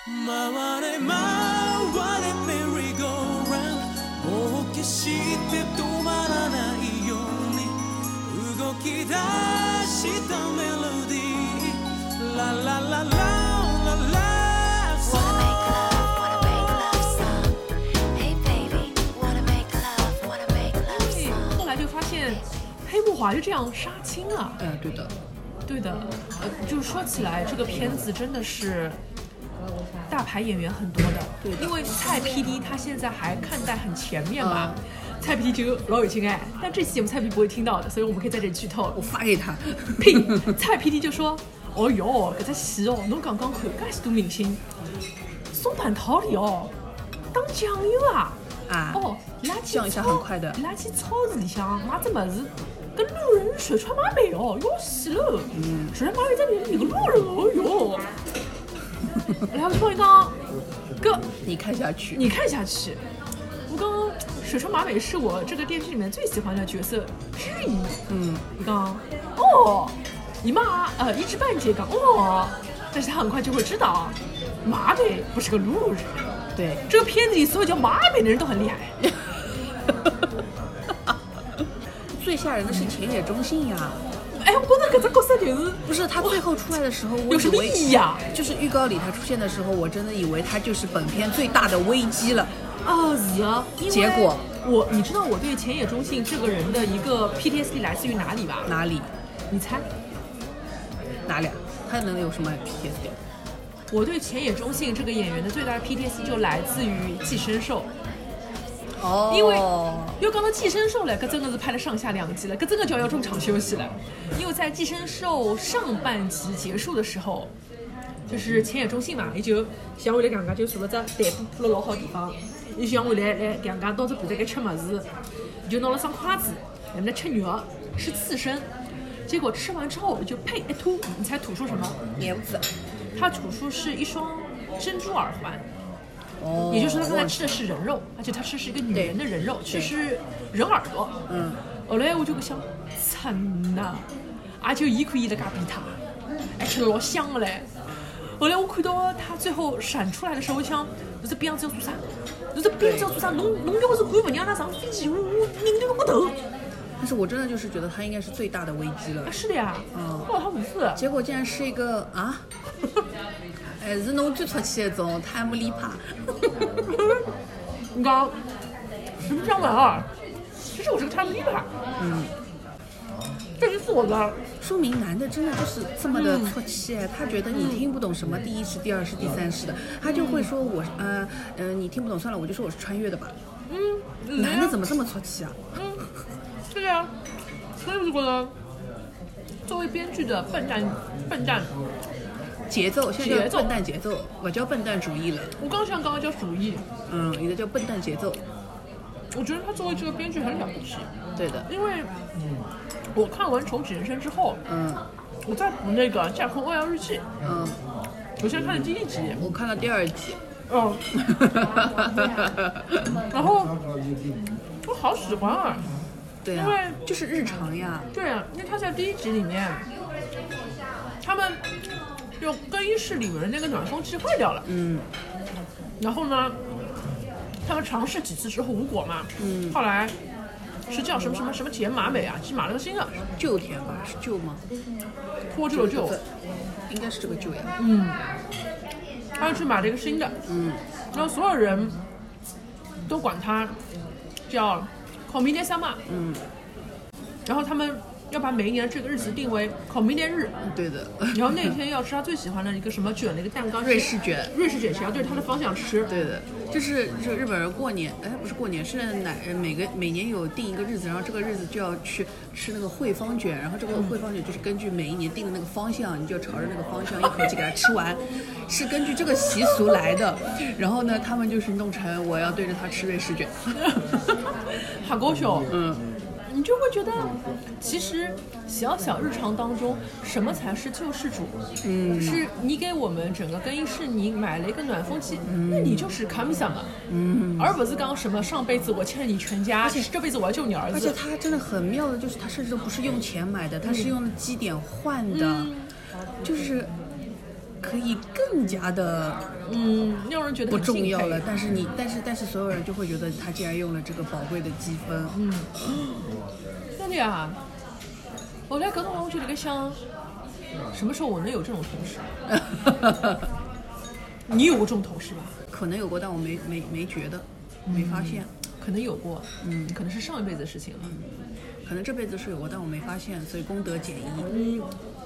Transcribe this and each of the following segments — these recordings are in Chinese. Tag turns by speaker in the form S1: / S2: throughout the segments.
S1: 回れ回れ merry go round もう決して止まらないように動き出したメロディーララララララ
S2: 后来就发现黑木华就这样杀青了。
S3: 对的，
S2: 对的，就是说起来，这个片子真的是大牌演员很多的，
S3: 对的
S2: 因为蔡 PD 他现在还看待很前面嘛，蔡 PD 就老有情爱，但这期节目蔡 PD 不会听到的，所以我们可以在这里剧透。
S3: 我发给他。
S2: 呸！蔡 PD 就说：“哦哟，搿只戏哦，侬刚刚看，介许多明星，松坂桃李哦，当酱油啊！哦，伊拉去
S3: 酱一下很快的
S2: 伊拉去超市里向买只物事。”跟路人说穿马尾哦，要死了！说穿马尾在里面有个路人哦哟。然后就帮你讲，哥，
S3: 你看下去，
S2: 我刚水川麻美是我这个电视里面最喜欢的角色之一。你刚哦，姨妈一知半解讲哦，但是他很快就会知道，麻美不是个路人。
S3: 对，
S2: 这个片子里所有叫麻美的人都很厉害。
S3: 最吓人的是田野中信呀！
S2: 哎，我觉得这个角色就是
S3: 不是他最后出来的时候，我
S2: 有什么意义呀？
S3: 就是预告里他出现的时候，我真的以为他就是本片最大的危机了。
S2: 是啊，
S3: 结果
S2: 你知道我对田野中信这个人的一个 PTSD 来自于哪里吧？
S3: 哪里？
S2: 你猜？
S3: 哪里？他能有什么 PTSD？
S2: 我对田野中信这个演员的最大的 PTSD 就来自于《寄生兽》。因为又讲到寄生兽了，搿真的是拍了上下2季了，搿真的就要中场休息了。因为在寄生兽上半集结束的时候，就是田野中信嘛，伊就想回来讲讲，就坐了只台布铺了老好地方，伊想回来讲讲到这盘在该吃物事，就拿了双筷子，在那吃肉，吃刺身，结果吃完之后就呸一吐，你猜吐出什么？
S3: 棉子，
S2: 他吐出是一双珍珠耳环。也就是说，他刚才吃的是人肉，而且他吃的是一个女人的人肉，其实是人耳朵。后来我就想，惨呐，而且伊可以在嘎比他，而且老香的嘞。后来我看到他最后闪出来的时候，我想，你这边子要做啥？你这边子要做啥？侬要是敢不让他上飞机，我拧掉个头。
S3: 但是我真的就是觉得他应该是最大的危机了。
S2: 是的呀，他无视。
S3: 结果竟然是一个还是侬最出气的种泰姆利帕。
S2: 你讲实不相瞒啊，其实我是个泰姆利帕。这就是我的。
S3: 说明男的真的就是这么的出气，他觉得你听不懂什么第一世、第二世、第三世的，他就会说我你听不懂算了，我就说我是穿越的吧。男的怎么这么出气啊？
S2: 对呀，所以我就觉得作为编剧的笨蛋
S3: 节奏，现在叫笨蛋节奏，不叫笨蛋主义了。
S2: 我刚想刚刚叫主义，
S3: 有的叫笨蛋节奏。
S2: 我觉得他作为这个编剧很了不起。
S3: 对的，
S2: 因为我看完《重启人生》之后，我再补那个《架空欧阳日记》，我先看了第1集，
S3: 我看了第2集，
S2: 然后我好喜欢啊。
S3: 对啊，
S2: 因为
S3: 就是日常呀。
S2: 对啊，因为他在第1集里面，他们就更衣室里面的那个暖风机坏掉了，然后呢，他们尝试几次之后无果嘛，后来是叫什么田马美啊，去买了个新的
S3: 旧田吧，是旧吗？
S2: 脱臼的臼，
S3: 应该是这个旧呀。
S2: 他就去买了一个新的，然后所有人都管他叫孔明年三嘛，然后他们要把每一年这个日子定为孔明年日，
S3: 对的。
S2: 然后那天要吃他最喜欢的一个什么卷的一个蛋糕，
S3: 瑞士卷，
S2: 想要对他的方向吃。
S3: 对的，就是日本人过年，不是过年，是每年有定一个日子，然后这个日子就要去吃那个汇方卷，然后这个汇方卷就是根据每一年定的那个方向，你就朝着那个方向一口气给它吃完，是根据这个习俗来的。然后呢，他们就是弄成我要对着他吃瑞士卷，
S2: 好搞笑。你就会觉得，其实小小日常当中，什么才是救世主？是你给我们整个更衣室你买了一个暖风机，那你就是卡米萨嘛，而不是刚什么上辈子我欠了你全家，而且这辈子我要救你儿子。
S3: 而且他真的很妙的，就是他甚至都不是用钱买的，他是用积点换的，就是可以更加的
S2: 让人觉得
S3: 不
S2: 很敬佩
S3: 重要了，但是所有人就会觉得他竟然用了这个宝贵的积分。
S2: 真的呀，后来搿辰光我就在想，什么时候我能有这种同事？你有过这种同事吧？
S3: 可能有过，但我没觉得，没发现。
S2: 可能有过，可能是上一辈子的事情了。
S3: 可能这辈子是有过，但我没发现，所以功德减1。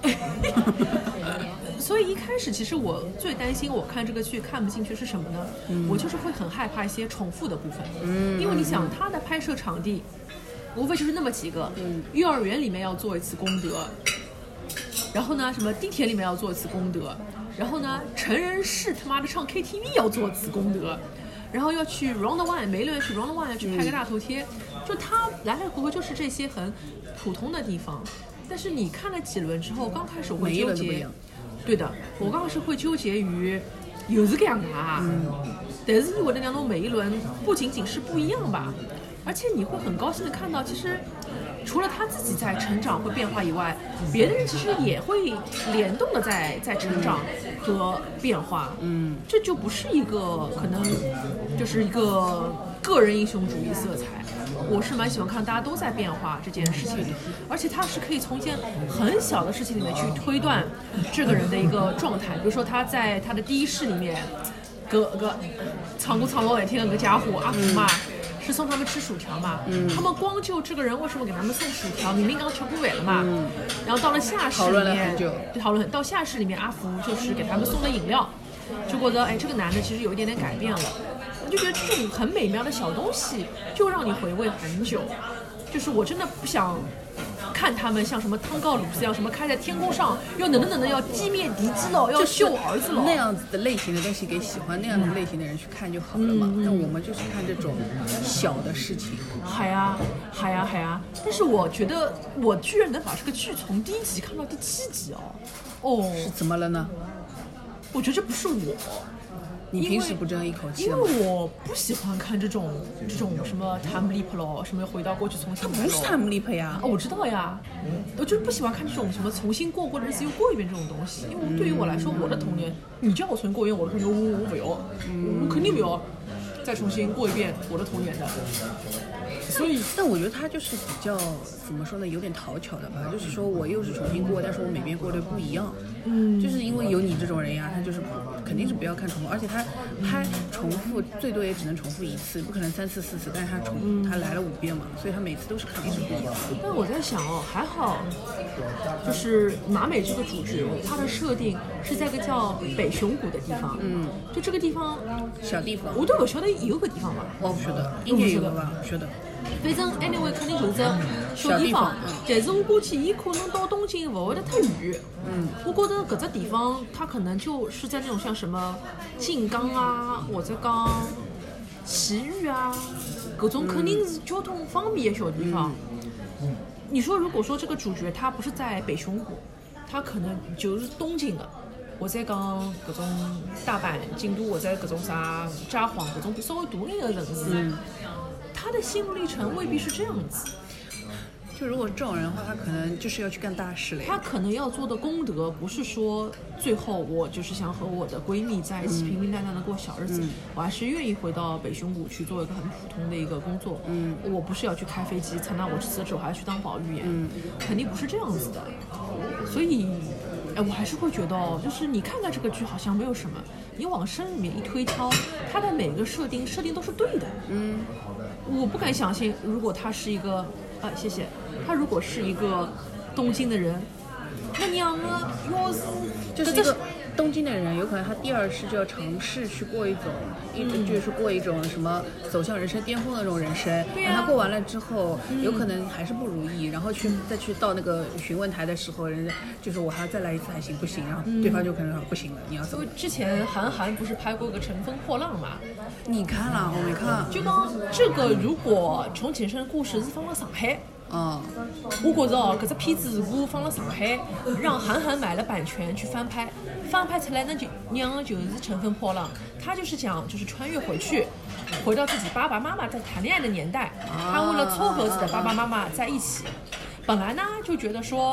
S2: 所以一开始其实我最担心我看这个剧看不进去是什么呢？我就是会很害怕一些重复的部分。因为你想它的拍摄场地无非就是那么几个，幼儿园里面要做一次功德，然后呢什么地铁里面要做一次功德，然后呢成人式他妈的唱 KTV 要做一次功德，然后要去 Round One， 每一轮去 Round One 去拍个大头贴，就他来来回回就是这些很普通的地方。但是你看了几轮之后，刚开始我会纠结，对的，我刚开始会纠结于又是这样啊，但是你会让侬每一轮不仅仅是不一样吧，而且你会很高兴的看到，其实除了他自己在成长会变化以外，别的人其实也会联动的在成长和变化。这就不是一个可能就是一个个人英雄主义色彩。我是蛮喜欢看大家都在变化这件事情，而且他是可以从一件很小的事情里面去推断这个人的一个状态。比如说他在他的第一世里面，个唱歌唱老半天的个家伙阿福嘛。是送他们吃薯条嘛？他们光就这个人为什么给他们送薯条，明明刚吃过晚了嘛。然后到了下世里面，讨论到下世里面，阿福就是给他们送了饮料，就觉得这个男的其实有一点点改变了。我就觉得这种很美妙的小东西，就让你回味很久。就是我真的不想看他们像什么汤告鲁斯一样，什么开在天空上，要要击灭敌机了，要救儿子了，
S3: 那样子的类型的东西给喜欢那样的类型的人去看就好了嘛。那我们就是看这种小的事情。
S2: 嗨呀。但是我觉得我居然能把这个剧从第1集看到第7集
S3: 是怎么了呢？
S2: 我觉得这不是我。
S3: 你平时不这样一口气
S2: 因为我不喜欢看这种什么 time leap 咯，什么回到过去重新来咯。
S3: 它不是 time leap 呀。
S2: 我知道呀，我就是不喜欢看这种什么重新过的日子又过一遍这种东西。因为对于我来说，我的童年，你叫我重新过一遍我的童年，我不要，我肯定不要再重新过一遍我的童年的。所以，
S3: 但我觉得他就是比较怎么说呢，有点讨巧的吧。就是说我又是重新过，但是我每遍过的不一样。就是因为有你这种人呀，他就是肯定是不要看重复，而且他拍重复最多也只能重复1次，不可能3次4次，但是他来了5遍嘛，所以他每次都是肯定是不一样的。
S2: 但我在想还好，就是马美这个主角，他的设定是在一个叫北熊谷的地方。就这个地方
S3: 小地方，
S2: 我都不晓得有个地方吧？
S3: 我不晓得，应该有的吧？不晓得。
S2: 反正 anyway 肯定就是只小地方，但是我估计伊可能到东京不会得太远。我觉得搿只地方它可能就是在那种像什么静冈啊，或者讲埼玉啊，搿种肯定是交通方便的小地方。你说如果说这个主角他不是在北熊谷，他可能就是东京的。或者讲搿种大阪、京都，或者搿种啥札幌搿种稍微大眼的城市，他的心路历程未必是这样子。
S3: 就如果这种人的话，他可能就是要去干大事了。
S2: 他可能要做的功德不是说最后我就是想和我的闺蜜在一起平平淡淡的过小日子，我还是愿意回到北熊谷去做一个很普通的一个工作。我不是要去开飞机，参加我辞职我还要去当保育员，肯定不是这样子的。所以我还是会觉得就是你看看这个剧好像没有什么，你往深里面一推敲，它的每个设定都是对的。我不敢相信，如果他是一个谢谢，他如果是一个东京的人，那娘啊，要是
S3: 就是一个东京的人，有可能他第2世就要尝试去过一种，就是过一种什么走向人生巅峰的那种人生。然后他过完了之后，有可能还是不如意，然后再去到那个询问台的时候，人家就是我还要再来一次还行不行？然后对方就可能说不行了，你要走。
S2: 因为之前韩寒不是拍过个《乘风破浪》嘛？
S3: 你看了？我没看。
S2: 就讲这个，如果重启人生的故事是放到上海。我觉着搿只片子如果放了上海，让韩寒买了版权去翻拍出来，那就就是乘风破浪。他就是讲就是穿越回到自己爸爸妈妈在谈恋爱的年代，他为了撮合自己的爸爸妈妈在一起。本来呢就觉得说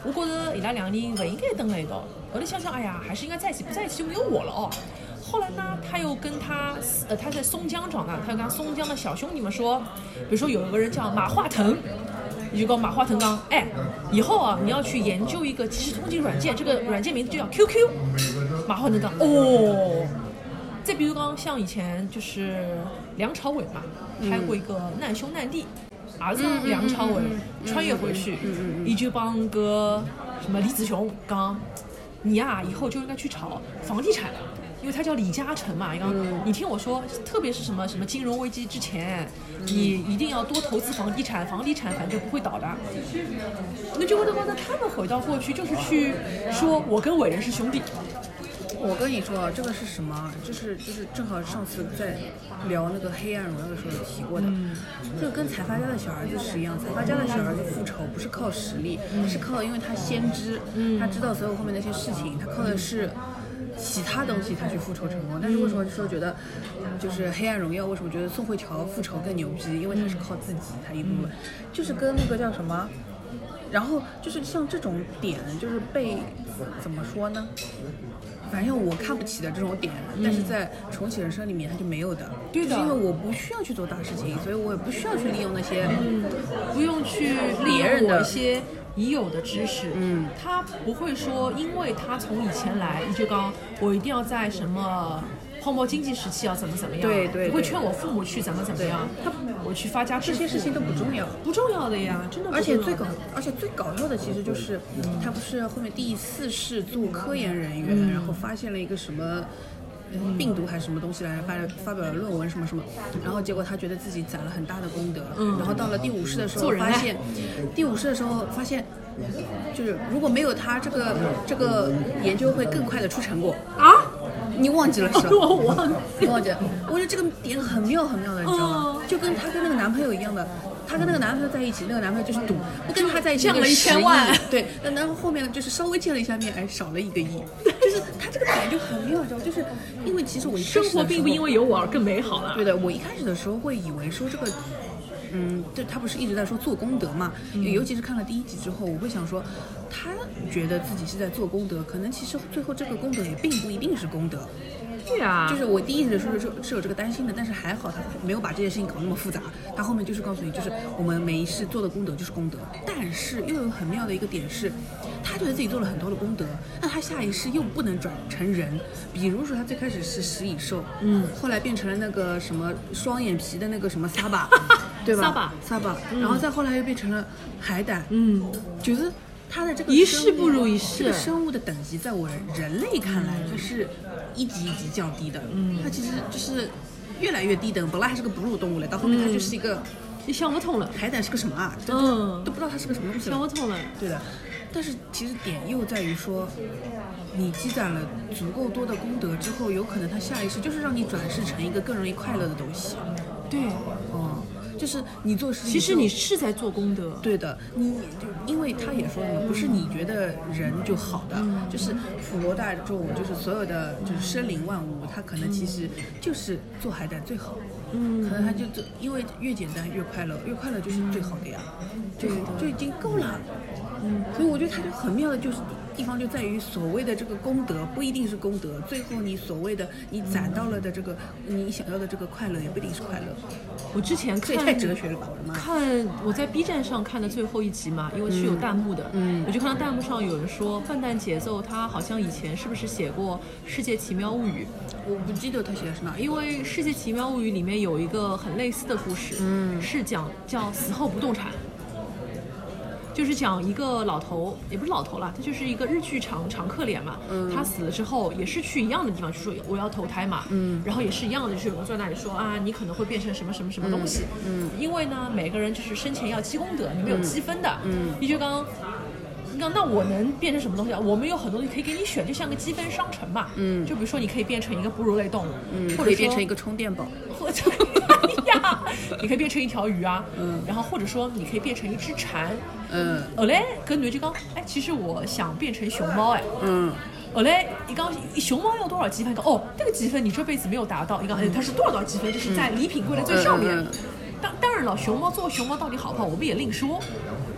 S2: 我觉得伊拉两个人不应该蹲在一道。后来想想，哎呀，还是应该在一起，不在一起就没有我了哦。后来呢，他又跟他在松江长大，他跟松江的小兄弟们说，比如说有一个人叫马化腾。你就跟马化腾讲，哎，以后啊，你要去研究一个即时通讯软件，这个软件名字就叫 QQ。马化腾讲，哦。再比如讲，像以前就是梁朝伟嘛，拍过一个难兄难弟，儿子梁朝伟穿越回去，你就帮个什么李子雄讲，你呀以后就应该去炒房地产了。因为他叫李嘉诚嘛，你听我说，特别是什么金融危机之前，你一定要多投资房地产，房地产反正不会倒的。那就问他们回到过去，就是去说我跟伟人是兄弟。
S3: 我跟你说，这个是什么？就是正好上次在聊那个《黑暗荣耀》的时候有提过的，这个跟财阀家的小儿子是一样。财阀家的小儿子复仇不是靠实力，是靠因为他先知，他知道所有后面那些事情，他靠的是其他东西他去复仇成功。但是为什么说觉得就是《黑暗荣耀》为什么觉得宋慧乔复仇更牛逼？因为他是靠自己，他一部分就是跟那个叫什么。然后就是像这种点，就是被怎么说呢？反正我看不起的这种点，但是在重启人生里面它就没有的。
S2: 对的，
S3: 就是因为我不需要去做大事情，所以我也不需要去利用那些，
S2: 不用去利用我一些已有的知识。他不会说，因为他从以前来，你就刚我一定要在什么泡沫经济时期要怎么样，
S3: 对，
S2: 不会劝我父母去怎么样，我去发家致富，
S3: 这些事情都不重要，
S2: 不重要的呀，真的不重要的。
S3: 而且最搞笑的其实就是，他不是后面第4世做科研人员，然后发现了一个什么病毒还是什么东西来发表了论文什么，然后结果他觉得自己攒了很大的功德，然后到了第5世的时候发现，就是如果没有他，这个研究会更快的出成果
S2: 啊。
S3: 你忘记了是吧？
S2: 我
S3: 忘记了。我觉得这个点很妙的，你知道吗？就跟她跟那个男朋友一样的，她跟那个男朋友在一起，那个男朋友就是赌，不跟她在一起
S2: 降了1000万，
S3: 对，然后后面就是稍微见了一下面，哎，少了1个亿，就是她这个点就很妙，知道吗？就是因为其实我一开始的时候
S2: 生活并不因为有我而更美好了。
S3: 对的，我一开始的时候会以为说这个。对，他不是一直在说做功德嘛？尤其是看了第1集之后，我会想说，他觉得自己是在做功德，可能其实最后这个功德也并不一定是功德。
S2: 对啊，
S3: 就是我第1集的时候是有这个担心的，但是还好他没有把这件事情搞那么复杂。他后面就是告诉你，就是我们每一世做的功德就是功德，但是又有很妙的一个点是，他觉得自己做了很多的功德，那他下一世又不能转成人。比如说他最开始是食蚁兽，后来变成了那个什么双眼皮的那个什么撒巴。对吧？撒巴，然后再后来又变成了海胆，觉得它的这个
S2: 一世不如一世，
S3: 这个生物的等级在我人类看来，它是一级一级降低的，它其实就是越来越低等，本来还是个哺乳动物了，到后面它就是一个，
S2: 你想不通了，
S3: 海胆是个什么啊？都不知道它是个什么东西，
S2: 想不通了，
S3: 对的。但是其实点又在于说，你积攒了足够多的功德之后，有可能它下一世就是让你转世成一个更容易快乐的东西。
S2: 对，
S3: 就是你做事情，
S2: 其实你是在做功德。
S3: 对的，你就因为他也说了，不是你觉得人就好的，就是普罗大众，就是所有的就是生灵万物，他可能其实就是做海胆最好。可能他就因为越简单越快乐，越快乐就是最好的呀，就已经够了。所以我觉得它就很妙的就是地方就在于所谓的这个功德不一定是功德，最后你所谓的你攒到了的这个你想要的这个快乐也不一定是快乐。
S2: 我之前看，
S3: 这也太哲学了吧，我的妈！
S2: 看我在 B 站上看的最后1集嘛，因为是有弹幕的，我就看到弹幕上有人说笨蛋节奏他好像以前是不是写过《世界奇妙物语》？
S3: 我不记得他写的是哪，
S2: 因为《世界奇妙物语》里面有一个很类似的故事，是讲叫死后不动产。就是讲一个老头，也不是老头了，他就是一个日剧常客脸嘛。他死了之后也是去一样的地方，就说我要投胎嘛。然后也是一样的，就是有人坐在那里说啊，你可能会变成什么什么什么东西。因为呢，每个人就是生前要积功德，你们有积分的。你就刚那我能变成什么东西啊？我们有很多东西可以给你选，就像个积分商城嘛。就比如说你可以变成一个哺乳类动物，或者
S3: 可以变成一个充电宝，
S2: 或者你可以变成一条鱼啊，然后或者说你可以变成一只蝉，后来跟女就讲，哎，其实我想变成熊猫，哎，后来一讲熊猫要多少积分？这个积分你这辈子没有达到，一讲它是多少积分？就是在礼品柜的最上面。当然了，做熊猫到底好不好，我们也另说。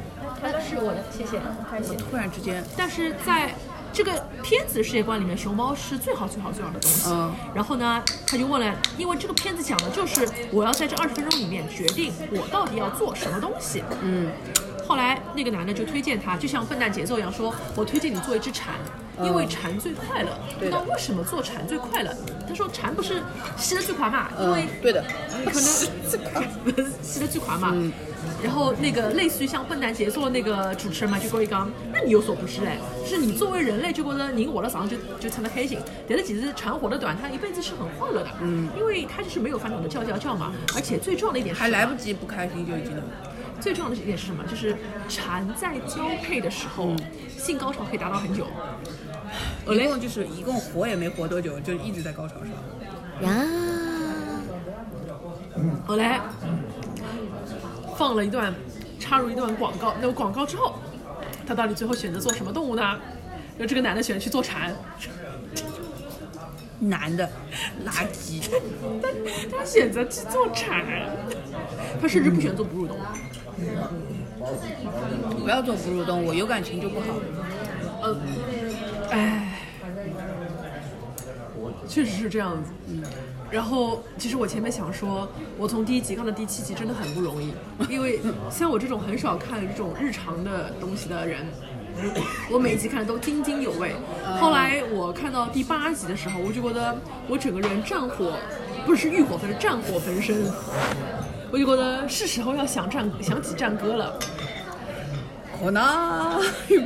S2: 是我的，谢谢，开心。
S3: 突然之间，
S2: 但是在这个片子世界观里面，熊猫是最好的东西。然后呢，他就问了，因为这个片子讲的就是我要在这20分钟里面决定我到底要做什么东西。后来那个男的就推荐他，就像笨蛋节奏一样，说我推荐你做一只蝉，因为蝉最快乐。那为什么做蝉最快乐？他说蝉不是吸得最快嘛，因为
S3: 对的，
S2: 可能吸得最快嘛。然后那个类似于像笨蛋节奏的那个主持人嘛，就跟我讲，那你有所不知哎，是你作为人类就觉得人活了上就成了开心，但是其实蝉活得短，它一辈子是很快乐的。因为它就是没有烦恼的叫嘛，而且最重要的一点是
S3: 还来不及不开心就已经了。
S2: 最重要的一点是什么？就是蝉在交配的时候，性高潮可以达到很久。
S3: 一共活也没活多久，就一直在高潮上。
S2: 呀，后来插入一段广告，那个广告之后，他到底最后选择做什么动物呢？就这个男的选择去做蝉。
S3: 男的垃圾，
S2: 他选择去做蝉，他甚至不选做哺乳动物。
S3: 不要做哺乳动物，有感情就不好。
S2: 确实是这样子。然后其实我前面想说，我从第1集看到第7集真的很不容易，因为像我这种很少看这种日常的东西的人，我每一集看的都津津有味。后来我看到第8集的时候，我就觉得我整个人不是欲火焚身，战火焚身。我就觉得是时候要想起战歌了。
S3: 可な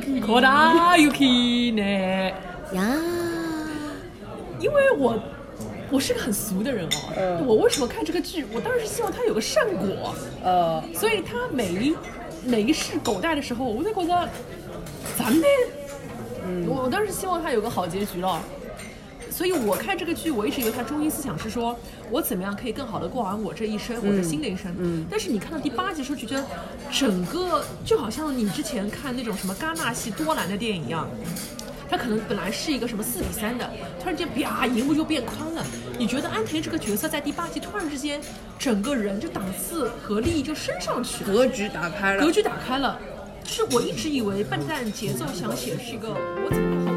S2: 雪ね呀，因为我是个很俗的人哦。我为什么看这个剧？我当然是希望它有个善果。所以它每一世狗带的时候，我就觉得咱们我当时希望它有个好结局了。所以我看这个剧，我一直以为它中心思想是说我怎么样可以更好的过完我这一生，我这新的一生。但是你看到第8集的时候，就觉得整个就好像你之前看那种什么戛纳系多兰的电影一样，它可能本来是一个什么4:3的，突然间啪，荧幕就变宽了。你觉得安田这个角色在第8集突然之间，整个人就档次和利益就升上去了，
S3: 格局打开了。
S2: 就是我一直以为笨蛋节奏想显示一个我怎么好。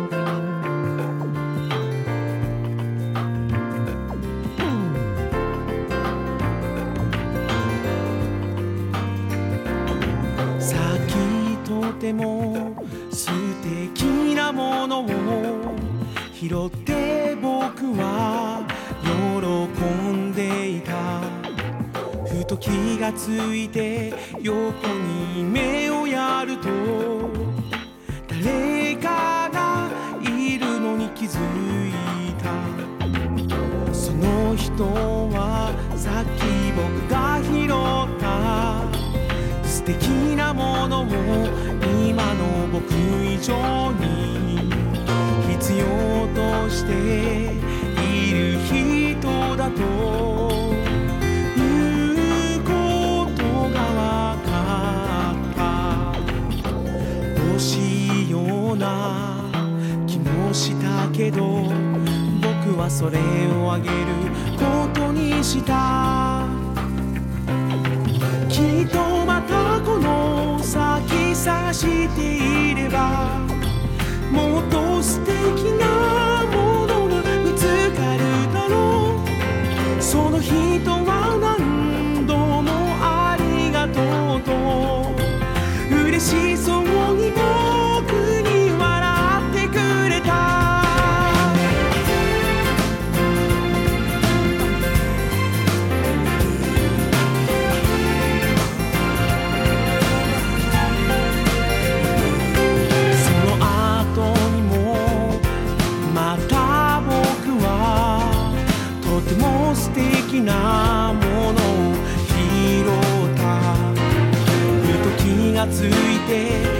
S1: とても素敵なものを拾って僕は喜んでいた。ふと気がついて横に目をやると誰かがいるのに気づいた。その人はさっき僕が拾った素敵なものを今の僕以上に必要としている人だということがわかった。欲しいような気もしたけど僕はそれをあげることにした。きっとまたこの先さしていればもっと素敵なものが見つかるだろう。その人は何度もありがとうと嬉しそうに僕に笑ってくれた。素敵なものを拾った。ふと気がついて